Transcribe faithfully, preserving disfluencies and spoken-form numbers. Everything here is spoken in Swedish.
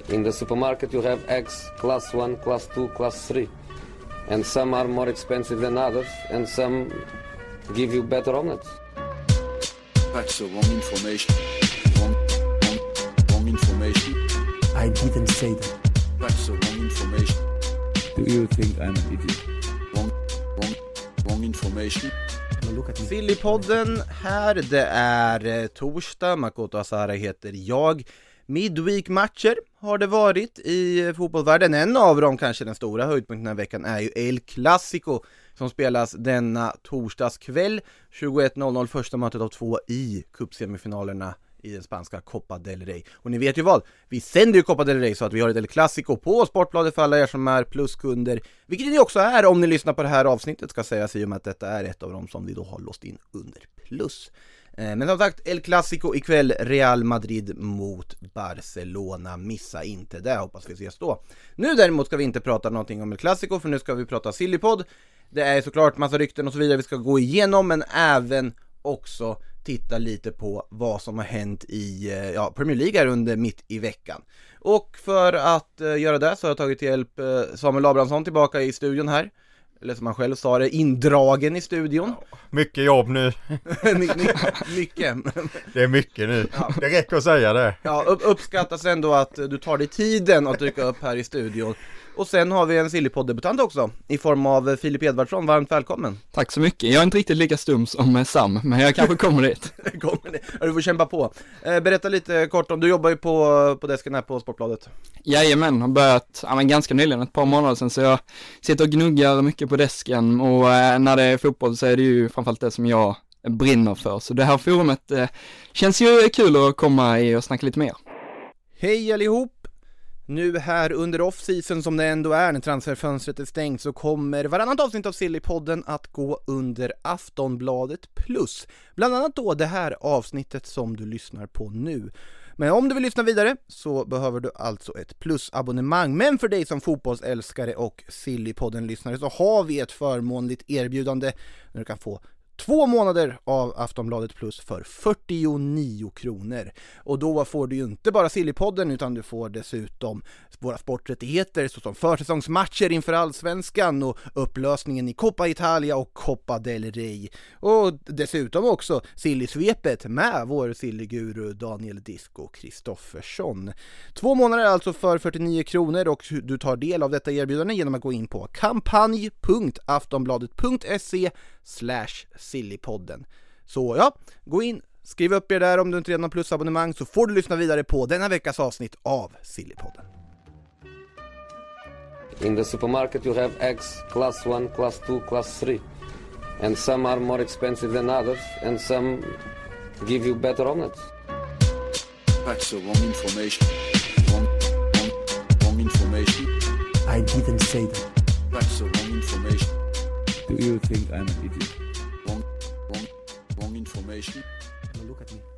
In the supermarket you have eggs class one, class two, class three. And some are more expensive than others, and some give you better omelets. That's the wrong information. Wrong, wrong, wrong information. I didn't say that. That's the wrong information. Do you think I'm an idiot? Wrong, wrong, wrong information. Sillypodden här, det är eh, torsdag, Makoto Asahara heter jag. Midweek-matcher har det varit i fotbollsvärlden. En av dem, kanske den stora höjdpunkten den här veckan, är ju El Clasico som spelas denna torsdagskväll. tjugoett noll noll, första mötet av två i cupsemifinalerna i den spanska Copa del Rey. Och ni vet ju vad, vi sänder ju Copa del Rey så att vi har ett El Clasico på Sportbladet för alla er som är pluskunder. Vilket ni också är om ni lyssnar på det här avsnittet, ska sägas i och med att detta är ett av dem som vi då har låst in under plus. Men som sagt, El Clasico ikväll, Real Madrid mot Barcelona. Missa inte det, hoppas vi ses då. Nu däremot ska vi inte prata någonting om El Clasico, för nu ska vi prata Sillypodd. Det är såklart massa rykten och så vidare vi ska gå igenom, men även också titta lite på vad som har hänt i ja, Premier League här under mitt i veckan. Och för att uh, göra det så har jag tagit till hjälp uh, Samuel Abrahamsson tillbaka i studion här. Eller som han själv sa det, indragen i studion. Ja, mycket jobb nu. my, my, mycket. Det är mycket nu. Ja. Det räcker att säga det. Ja, upp, uppskattas ändå att du tar dig tiden att dyka upp här i studion. Och sen har vi en Sillypodd-debutant också, i form av Filip Edvardsson. Varmt välkommen. Tack så mycket. Jag är inte riktigt lika stum som Sam, men jag kanske kommer dit. kommer dit. Ja, du får kämpa på. Eh, berätta lite kort om, du jobbar ju på, på desken här på Sportbladet. Jajamän, har börjat ja, men ganska nyligen, ett par månader sedan, så jag sitter och gnuggar mycket på desken. Och eh, när det är fotboll så är det ju framförallt det som jag brinner för. Så det här forumet eh, känns ju kul att komma i och snacka lite mer. Hej allihop! Nu här under off-season som det ändå är när transferfönstret är stängt, så kommer varannat avsnitt av Sillypodden att gå under Aftonbladet plus. Bland annat då det här avsnittet som du lyssnar på nu. Men om du vill lyssna vidare så behöver du alltså ett plusabonnemang. Men för dig som fotbollsälskare och Sillypodden-lyssnare så har vi ett förmånligt erbjudande när du kan få Två månader av Aftonbladet plus för fyrtionio kronor. Och då får du ju inte bara Sillypodden, utan du får dessutom våra sporträttigheter såsom försäsongsmatcher inför Allsvenskan och upplösningen i Coppa Italia och Copa del Rey. Och dessutom också Silly-svepet med vår Silly-guru Daniel Disco Kristoffersson. Två månader alltså för fyrtionio kronor, och du tar del av detta erbjudande genom att gå in på kampanj punkt aftonbladet punkt se slash Sillypodden. Så ja, gå in, skriv upp er där om du inte redan har plusabonnemang, så får du lyssna vidare på denna veckas avsnitt av Sillypodden. In the supermarket you have eggs class one, class two, class three. And some are more expensive than others, and some give you better omelets. That's the wrong information. Wrong, wrong, wrong information. I didn't say that. That's the wrong information. Do you think I'm an idiot? Wrong, wrong, wrong information. Look at me.